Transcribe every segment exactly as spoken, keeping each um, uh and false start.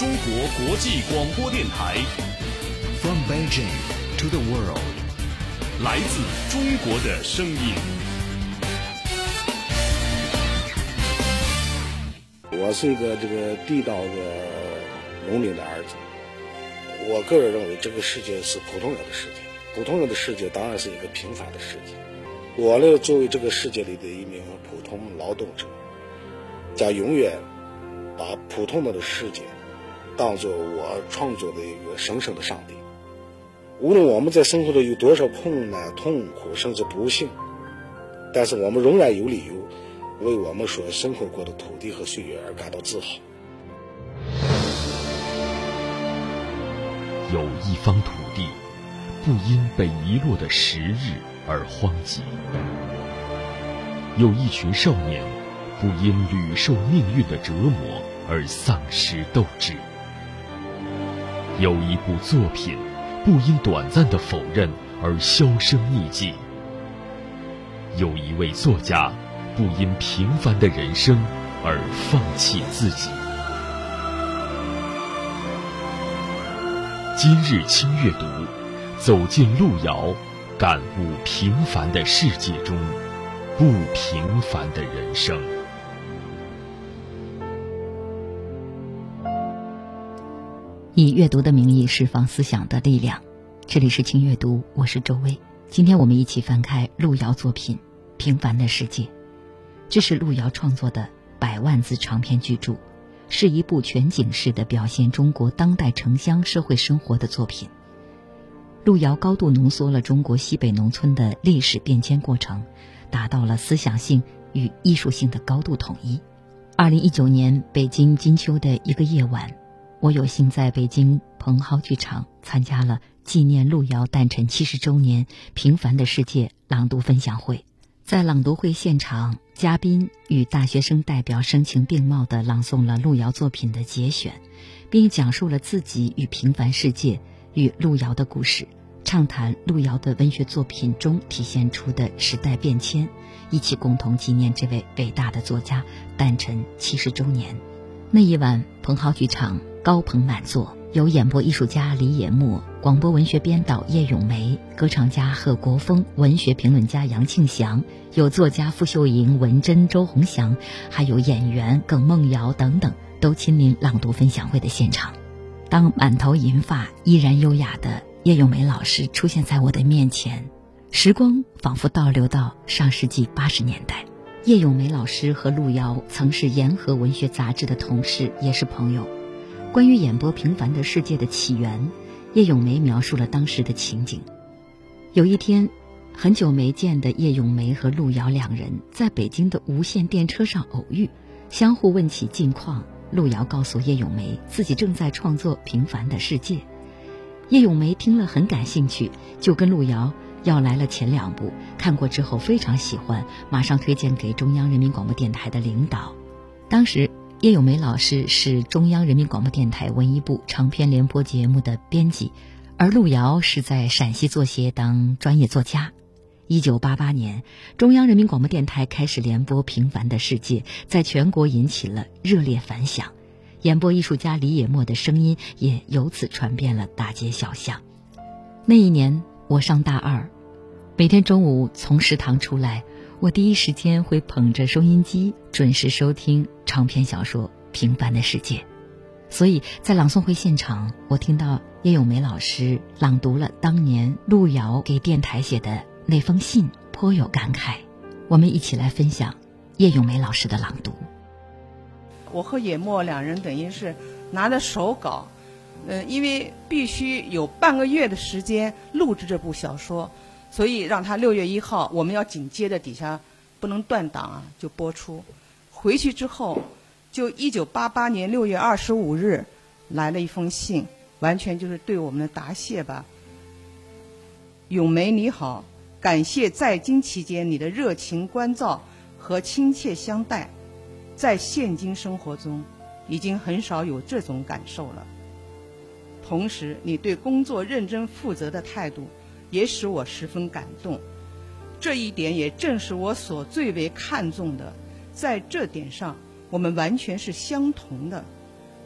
中国国际广播电台。 From Beijing to the world， 来自中国的声音。 我是一个这个地道的农民的儿子。我个人认为，这个世界是普通人的世界，普通人的世界当然是一个平凡的世界。我呢，作为这个世界里的一名普通劳动者，将永远把普通人的世界当作我创作的一个神圣的上帝。无论我们在生活中有多少困难、痛苦，甚至不幸，但是我们仍然有理由为我们所生活过的土地和岁月而感到自豪。 有一方土地不因被遗落的时日而荒瘠，有一群少年不因屡受命运的折磨而丧失斗志，有一部作品不因短暂的否认而销声匿迹，有一位作家不因平凡的人生而放弃自己。今日轻阅读，走进路遥，感悟平凡的世界中不平凡的人生。 以阅读的名义释放思想的力量。这里是轻阅读，我是周薇。今天我们一起翻开路遥作品《平凡的世界》，这是路遥创作的百万字长篇巨著，是一部全景式的表现中国当代城乡社会生活的作品。路遥高度浓缩了中国西北农村的历史变迁过程，达到了思想性与艺术性的高度统一。二零一九年北京金秋的一个夜晚，我有幸在北京蓬蒿剧场参加了纪念路遥诞辰七十周年《平凡的世界》朗读分享会。在朗读会现场，嘉宾与大学生代表声情并茂地朗诵了路遥作品的节选，并讲述了自己与平凡世界与路遥的故事，畅谈路遥的文学作品中体现出的时代变迁，一起共同纪念这位伟大的作家诞辰七十周年。那一晚，蓬蒿剧场高朋满座，有演播艺术家李野墨、广播文学编导叶咏梅、歌唱家贺国锋、文学评论家杨庆祥，有作家傅秀莹、文珍、周鸿祥，还有演员耿梦瑶等等，都亲临朗读分享会的现场。当满头银发依然优雅的叶咏梅老师出现在我的面前，时光仿佛倒流到上世纪八十年代。叶咏梅老师和路遥曾是言和文学杂志的同事，也是朋友。关于演播《平凡的世界》的起源，叶咏梅描述了当时的情景。有一天，很久没见的叶咏梅和路遥两人在北京的无线电车上偶遇，相互问起近况。路遥告诉叶咏梅自己正在创作《平凡的世界》，叶咏梅听了很感兴趣，就跟路遥要来了前两部，看过之后非常喜欢，马上推荐给中央人民广播电台的领导。当时叶咏梅老师是中央人民广播电台文艺部长篇联播节目的编辑，而路遥是在陕西作协当专业作家。一九八八年，中央人民广播电台开始联播《平凡的世界》，在全国引起了热烈反响，演播艺术家李野墨的声音也由此传遍了大街小巷。那一年我上大二，每天中午从食堂出来，我第一时间会捧着收音机准时收听长篇小说《平凡的世界》。所以在朗诵会现场，我听到叶咏梅老师朗读了当年路遥给电台写的那封信，颇有感慨。我们一起来分享叶咏梅老师的朗读。 我和野墨两人等于是拿着手稿，呃，因为必须有半个月的时间录制这部小说，所以让他六月一号我们要紧接着底下不能断档啊，就播出。回去之后，就一九八八年六月二十五日来了一封信，完全就是对我们的答谢吧。咏梅你好，感谢在京期间你的热情关照和亲切相待，在现今生活中已经很少有这种感受了。同时你对工作认真负责的态度也使我十分感动，这一点也正是我所最为看重的，在这点上我们完全是相同的。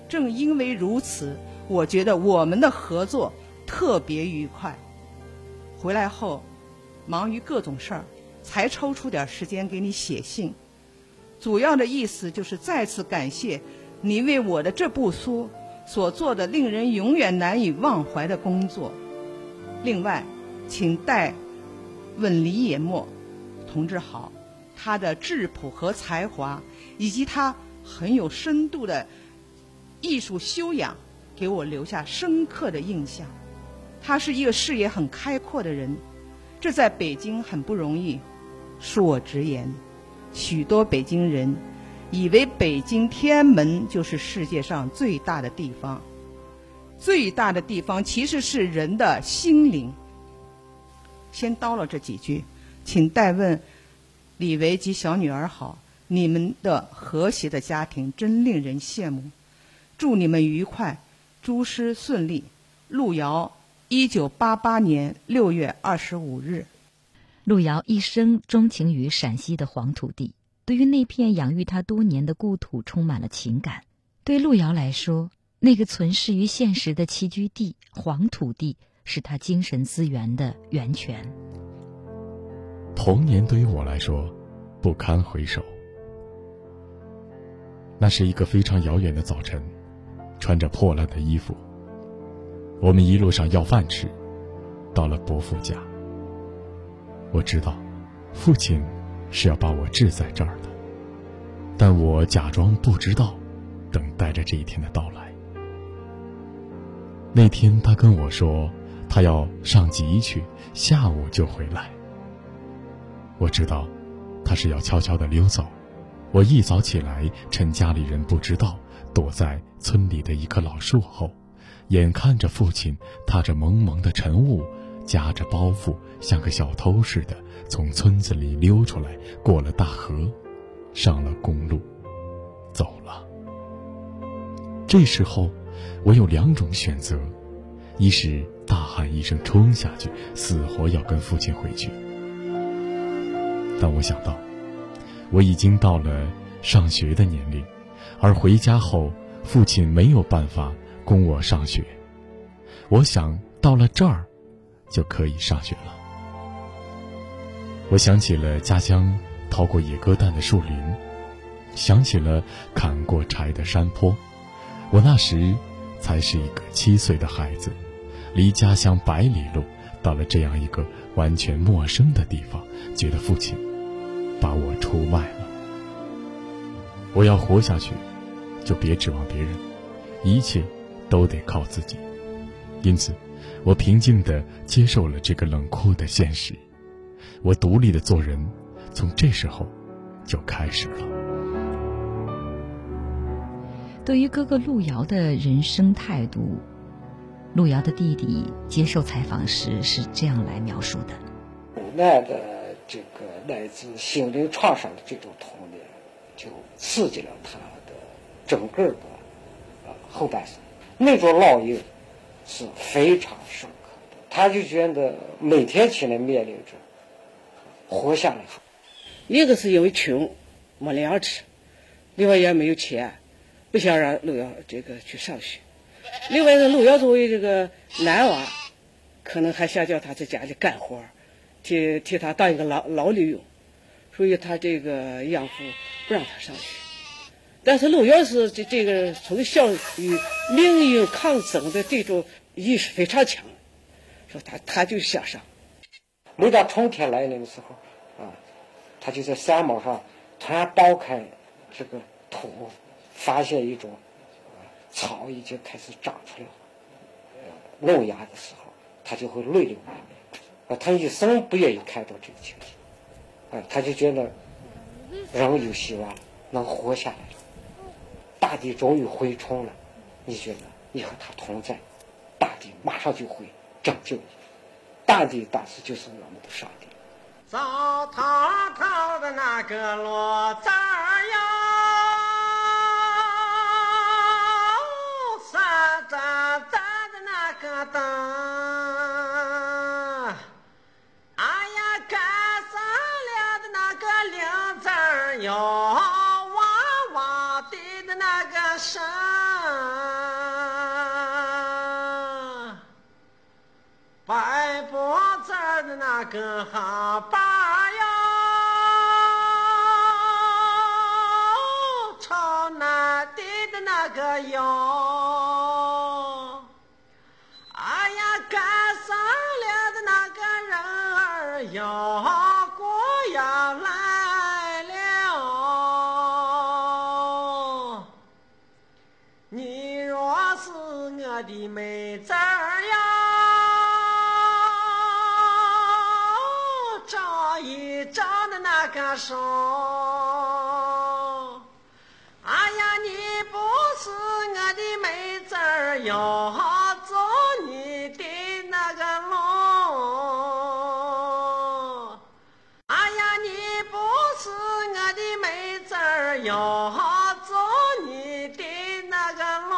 正因为如此，我觉得我们的合作特别愉快。回来后忙于各种事儿，才抽出点时间给你写信，主要的意思就是再次感谢你为我的这部书所做的令人永远难以忘怀的工作。另外请代问李野墨同志好，他的质朴和才华以及他很有深度的艺术修养给我留下深刻的印象。他是一个视野很开阔的人，这在北京很不容易。恕我直言，许多北京人以为北京天安门就是世界上最大的地方，最大的地方其实是人的心灵。先叨了这几句，请代问李维及小女儿好，你们的和谐的家庭真令人羡慕，祝你们愉快，诸事顺利。路遥，一九八八年六月二十五日。 路遥一生钟情于陕西的黄土地，对于那片养育他多年的故土充满了情感。对路遥来说，那个存世于现实的栖居地黄土地是他精神资源的源泉。 童年对于我来说不堪回首，那是一个非常遥远的早晨，穿着破烂的衣服，我们一路上要饭吃，到了伯父家。我知道父亲是要把我置在这儿的，但我假装不知道，等待着这一天的到来。那天他跟我说他要上集去，下午就回来。我知道他是要悄悄地溜走。我一早起来，趁家里人不知道，躲在村里的一棵老树后，眼看着父亲踏着蒙蒙的晨雾，夹着包袱，像个小偷似的从村子里溜出来，过了大河，上了公路，走了。这时候我有两种选择，一是大喊一声冲下去，死活要跟父亲回去。但我想到我已经到了上学的年龄，而回家后父亲没有办法供我上学，我想到了这儿就可以上学了。我想起了家乡逃过野鸽蛋的树林，想起了砍过柴的山坡。我那时才是一个七岁的孩子，离家乡百里路，到了这样一个完全陌生的地方，觉得父亲把我出卖了。我要活下去，就别指望别人，一切都得靠自己。因此我平静地接受了这个冷酷的现实，我独立地做人，从这时候就开始了。 对于哥哥路遥的人生态度，路遥的弟弟接受采访时是这样来描述的： 无奈的这个来自心灵创伤的这种童年，就刺激了他的整个的呃后半生，那种烙印是非常深刻的。他就觉得每天起来面临着活下来。 一个是因为穷没粮吃，另外也没有钱，不想让路遥这个去上学。另外呢，路遥作为这个男娃，可能还想叫他在家里干活，替替他当一个劳劳力用，所以他这个养父不让他上学。但是路遥是这这个从小与命运抗争的这种意识非常强，说他他就想上。 每当春天来临的时候啊，他就在山毛上突然剥开这个土，发现一种、呃、草已经开始长出来了，呃、嫩芽的时候，他就会泪流满面。啊，他一生不愿意看到这个情形，啊，他就觉得人有希望，能活下来了。大地终于回春了，你觉得你和他同在，大地马上就会拯救你。大地大师就是我们的上帝。 早滔滔的那个骡子哟，闪闪闪的那个灯，哎呀，赶上了的那个铃子哟，哇哇地的那个声。 的那个好爸哟，朝南地的那个哟，哎呀，赶上了的那个人儿哟，过要来了。你若是我的妹子儿呀，照一照的那个手，哎呀，你不是我的妹子儿哟，走你的那个路，哎呀，你不是我的妹子儿哟，走你的那个路。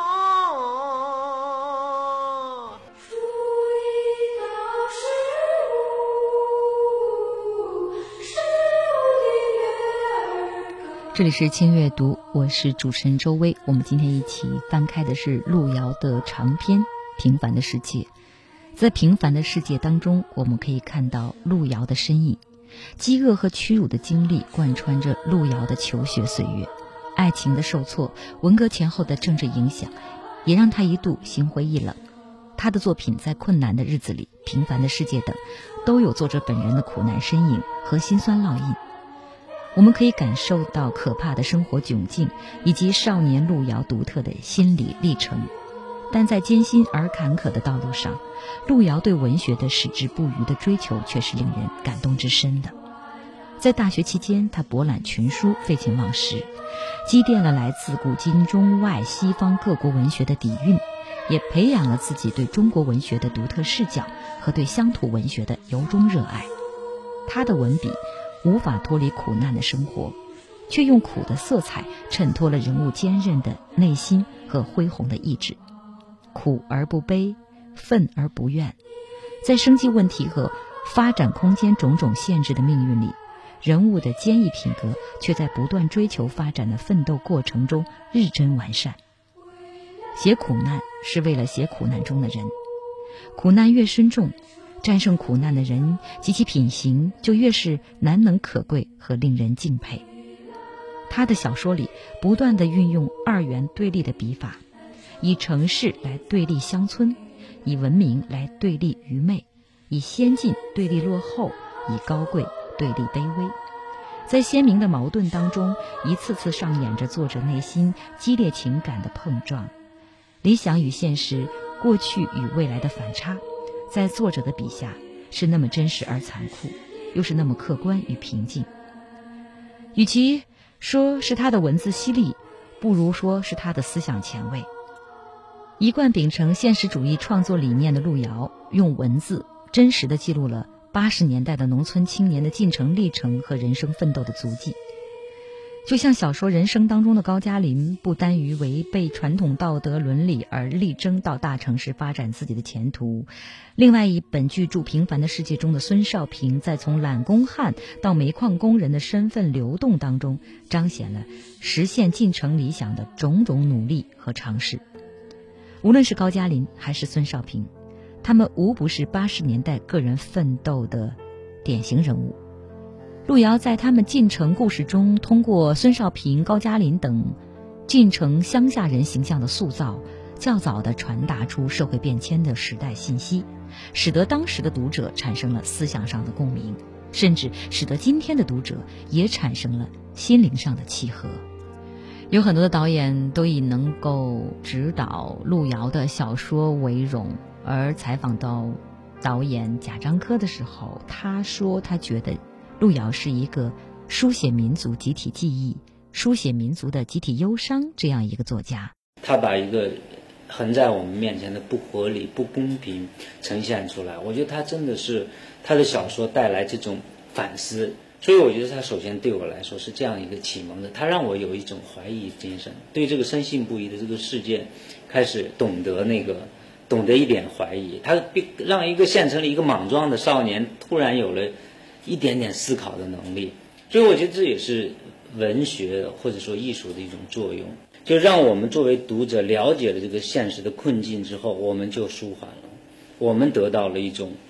这里是轻阅读，我是主持人周薇。我们今天一起翻开的是路遥的长篇《平凡的世界》。在平凡的世界当中，我们可以看到路遥的身影。饥饿和屈辱的经历贯穿着路遥的求学岁月，爱情的受挫，文革前后的政治影响，也让他一度心灰意冷。他的作品在困难的日子里、平凡的世界等，都有作者本人的苦难身影和辛酸烙印。我们可以感受到可怕的生活窘境，以及少年路遥独特的心理历程。但在艰辛而坎坷的道路上，路遥对文学的矢志不渝的追求却是令人感动至深的。在大学期间，他博览群书，废寝忘食，积淀了来自古今中外西方各国文学的底蕴，也培养了自己对中国文学的独特视角和对乡土文学的由衷热爱。他的文笔无法脱离苦难的生活，却用苦的色彩衬托了人物坚韧的内心和恢宏的意志。苦而不悲，愤而不怨，在生计问题和发展空间种种限制的命运里，人物的坚毅品格却在不断追求发展的奋斗过程中日臻完善。写苦难是为了写苦难中的人，苦难越深重，战胜苦难的人及其品行就越是难能可贵和令人敬佩。他的小说里不断地运用二元对立的笔法，以城市来对立乡村，以文明来对立愚昧，以先进对立落后，以高贵对立卑微。在鲜明的矛盾当中，一次次上演着作者内心激烈情感的碰撞，理想与现实，过去与未来的反差，在作者的笔下是那么真实而残酷，又是那么客观与平静。与其说是他的文字犀利，不如说是他的思想前卫。一贯秉承现实主义创作理念的路遥，用文字真实地记录了八十年代的农村青年的进程历程和人生奋斗的足迹。就像小说《人生》当中的高加林，不单于违背传统道德伦理而力争到大城市发展自己的前途，另外以本剧住平凡的世界中的孙少平，在从揽工汉到煤矿工人的身份流动当中，彰显了实现进程理想的种种努力和尝试。无论是高加林还是孙少平，他们无不是八十年代个人奋斗的典型人物。路遥在他们进城故事中，通过孙少平、高加林等进城乡下人形象的塑造，较早地传达出社会变迁的时代信息，使得当时的读者产生了思想上的共鸣，甚至使得今天的读者也产生了心灵上的契合。有很多的导演都以能够指导路遥的小说为荣，而采访到导演贾樟柯的时候，他说他觉得路遥是一个书写民族集体记忆、书写民族的集体忧伤这样一个作家。 他把一个横在我们面前的不合理、不公平呈现出来，我觉得他真的是他的小说带来这种反思。所以我觉得他首先对我来说是这样一个启蒙的，他让我有一种怀疑精神，对这个深信不疑的这个世界开始懂得那个懂得一点怀疑，他让一个县城里一个莽撞的少年突然有了一点点思考的能力。所以我觉得这也是文学或者说艺术的一种作用，就让我们作为读者了解了这个现实的困境之后，我们就舒缓了，我们得到了一种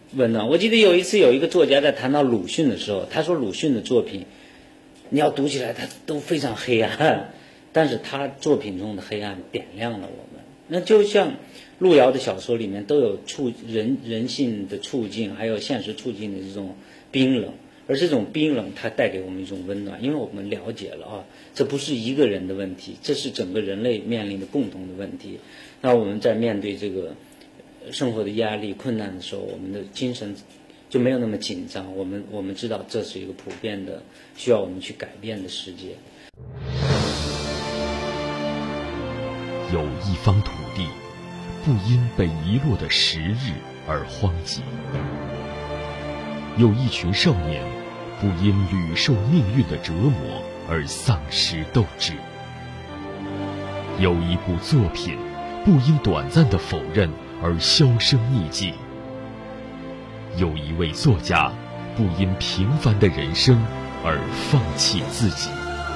温暖。我记得有一次有一个作家在谈到鲁迅的时候，他说鲁迅的作品你要读起来他都非常黑暗，但是他作品中的黑暗点亮了我们。那就像路遥的小说里面都有处人人性的处境，还有现实处境的这种冰冷，而这种冰冷它带给我们一种温暖，因为我们了解了啊，这不是一个人的问题，这是整个人类面临的共同的问题。那我们在面对这个生活的压力困难的时候，我们的精神就没有那么紧张，我们我们知道这是一个普遍的需要我们去改变的世界。 有一方土地不因被遗落的时日而荒瘠，有一群少年不因屡受命运的折磨而丧失斗志，有一部作品不因短暂的否认而销声匿迹，有一位作家不因平凡的人生而放弃自己。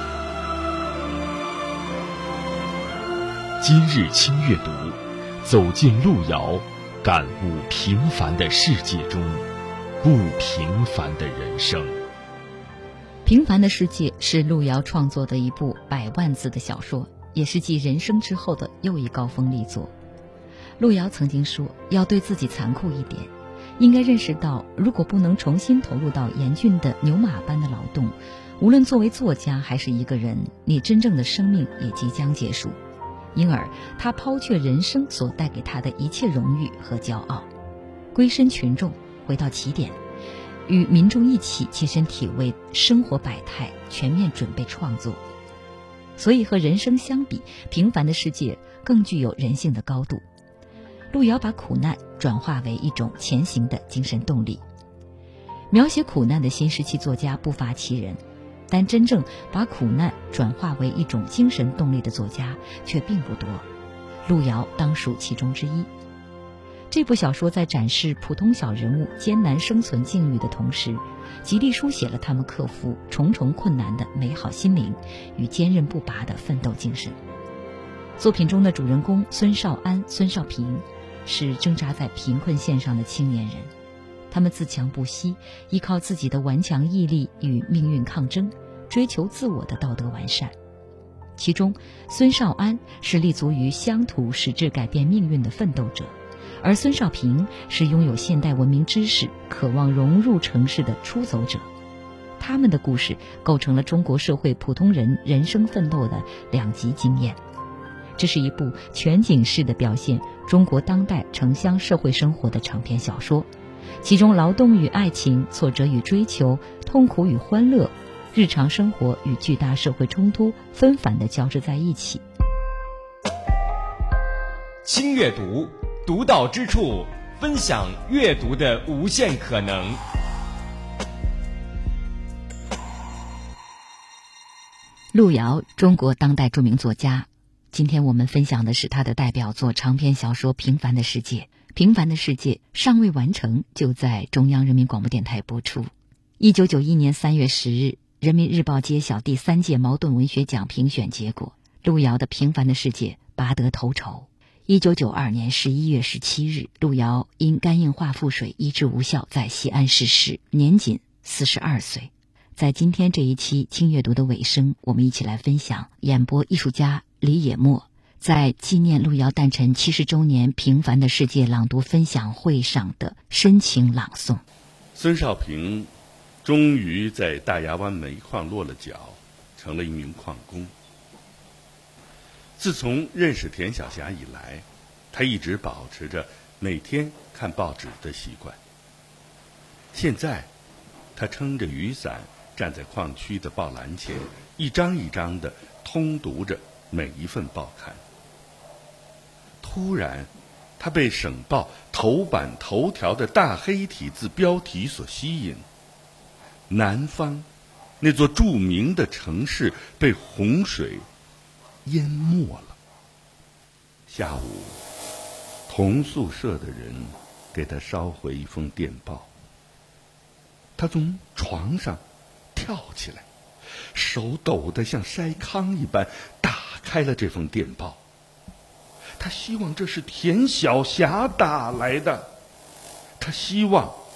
今日轻阅读，走进路遥，感悟平凡的世界中不平凡的人生。 平凡的世界是路遥创作的一部百万字的小说，也是继人生之后的又一高峰力作。路遥曾经说，要对自己残酷一点，应该认识到，如果不能重新投入到严峻的牛马般的劳动，无论作为作家还是一个人，你真正的生命也即将结束。因而他抛却人生所带给他的一切荣誉和骄傲，归身群众，回到起点，与民众一起切身体味生活百态，全面准备创作。所以和人生相比，平凡的世界更具有人性的高度。路遥把苦难转化为一种前行的精神动力。描写苦难的新时期作家不乏其人，但真正把苦难转化为一种精神动力的作家却并不多，路遥当属其中之一。这部小说在展示普通小人物艰难生存境遇的同时，极力书写了他们克服重重困难的美好心灵与坚韧不拔的奋斗精神。作品中的主人公孙少安、孙少平是挣扎在贫困线上的青年人，他们自强不息，依靠自己的顽强毅力与命运抗争，追求自我的道德完善。其中，孙少安是立足于乡土实质改变命运的奋斗者，而孙少平是拥有现代文明知识、渴望融入城市的出走者。他们的故事构成了中国社会普通人人生奋斗的两极经验。这是一部全景式的表现中国当代城乡社会生活的长篇小说，其中劳动与爱情、挫折与追求、痛苦与欢乐、日常生活与巨大社会冲突纷繁地交织在一起。 轻阅读，独到之处，分享阅读的无限可能。 路遥，中国当代著名作家。今天我们分享的是他的代表作长篇小说《平凡的世界》。《平凡的世界》尚未完成，就在中央人民广播电台播出。一九九一年三月十日，人民日报揭晓第三届茅盾文学奖评选结果，路遥的《平凡的世界》拔得头筹。一九九二年十一月十七日，路遥因肝硬化腹水医治无效，在西安逝世，年仅四十二岁。在今天这一期轻阅读的尾声，我们一起来分享演播艺术家李野墨在纪念路遥诞辰七十周年《平凡的世界》朗读分享会上的深情朗诵。 孙少平终于在大牙湾煤矿落了脚，成了一名矿工。自从认识田晓霞以来，他一直保持着每天看报纸的习惯。现在他撑着雨伞站在矿区的报栏前，一张一张地通读着每一份报刊。突然他被省报头版头条的大黑体字标题所吸引，南方那座著名的城市被洪水淹没了。下午同宿舍的人给他捎回一封电报，他从床上跳起来，手抖得像筛糠一般打开了这封电报。他希望这是田晓霞打来的，他希望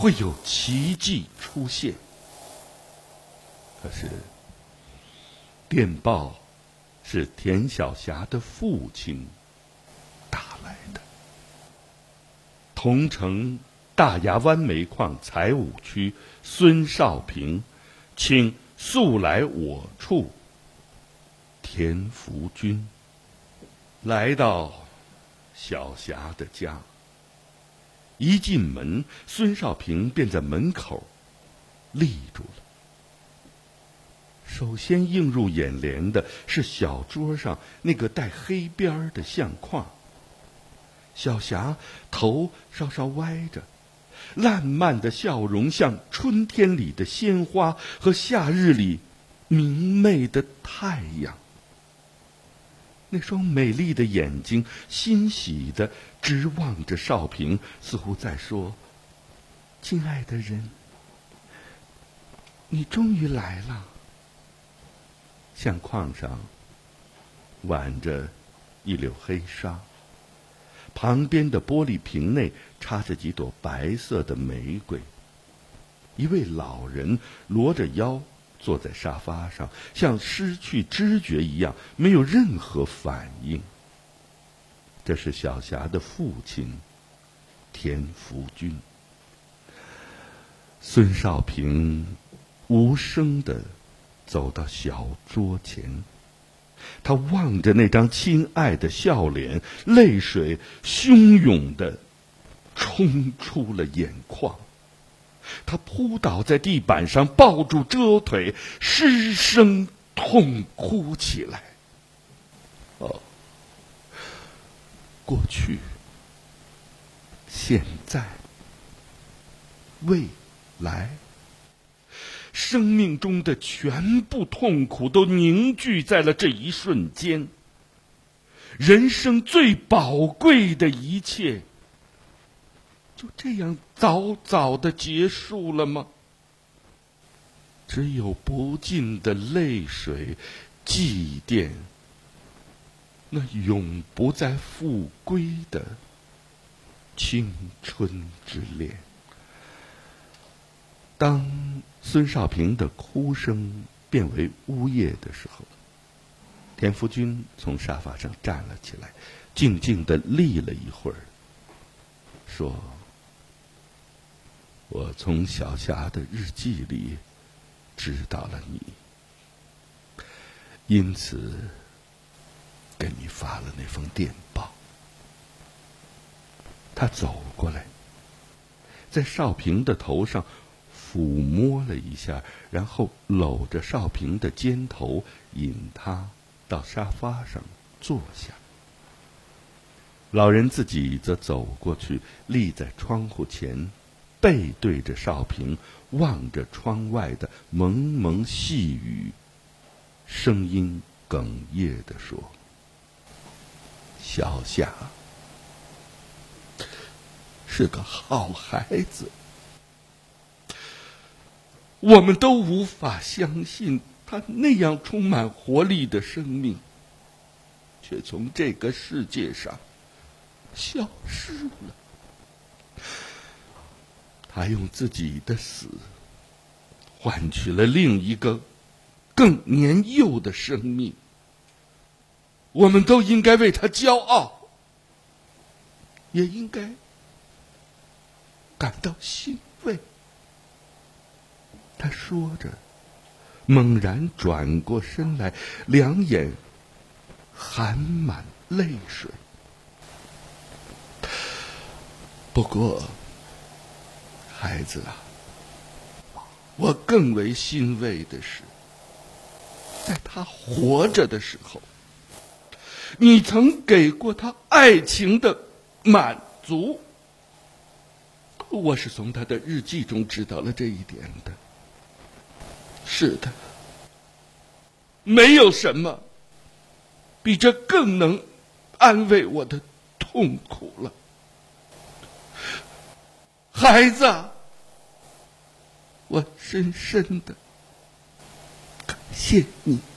会有奇迹出现。可是，电报是田晓霞的父亲打来的。桐城大牙湾煤矿财务区孙少平，请速来我处。田福军来到小霞的家，一进门，孙少平便在门口立住了。首先映入眼帘的是小桌上那个带黑边的相框，小霞头稍稍歪着，烂漫的笑容像春天里的鲜花和夏日里明媚的太阳。那双美丽的眼睛欣喜地直望着少平，似乎在说：亲爱的人，你终于来了。相框上挽着一绺黑纱，旁边的玻璃瓶内插着几朵白色的玫瑰。一位老人罗着腰坐在沙发上，像失去知觉一样，没有任何反应。这是小霞的父亲田福军。孙少平无声地走到小桌前，他望着那张亲爱的笑脸，泪水汹涌地冲出了眼眶。他扑倒在地板上，抱住遮腿，失声痛哭起来。哦，过去、现在、未来，生命中的全部痛苦都凝聚在了这一瞬间。人生最宝贵的一切就这样早早的结束了吗？只有不尽的泪水祭奠那永不再复归的青春之恋。当孙少平的哭声变为呜咽的时候，田福军从沙发上站了起来，静静地立了一会儿，说：我从小霞的日记里知道了你，因此给你发了那封电报。他走过来，在少平的头上抚摸了一下，然后搂着少平的肩头，引他到沙发上坐下。老人自己则走过去，立在窗户前，背对着少平，望着窗外的蒙蒙细雨，声音哽咽地说：小夏是个好孩子，我们都无法相信他那样充满活力的生命却从这个世界上消失了。他用自己的死换取了另一个更年幼的生命，我们都应该为他骄傲，也应该感到欣慰。他说着，猛然转过身来，两眼含满泪水。不过孩子啊，我更为欣慰的是，在他活着的时候，你曾给过他爱情的满足。我是从他的日记中知道了这一点的。是的，没有什么比这更能安慰我的痛苦了。孩子，我深深的感谢你。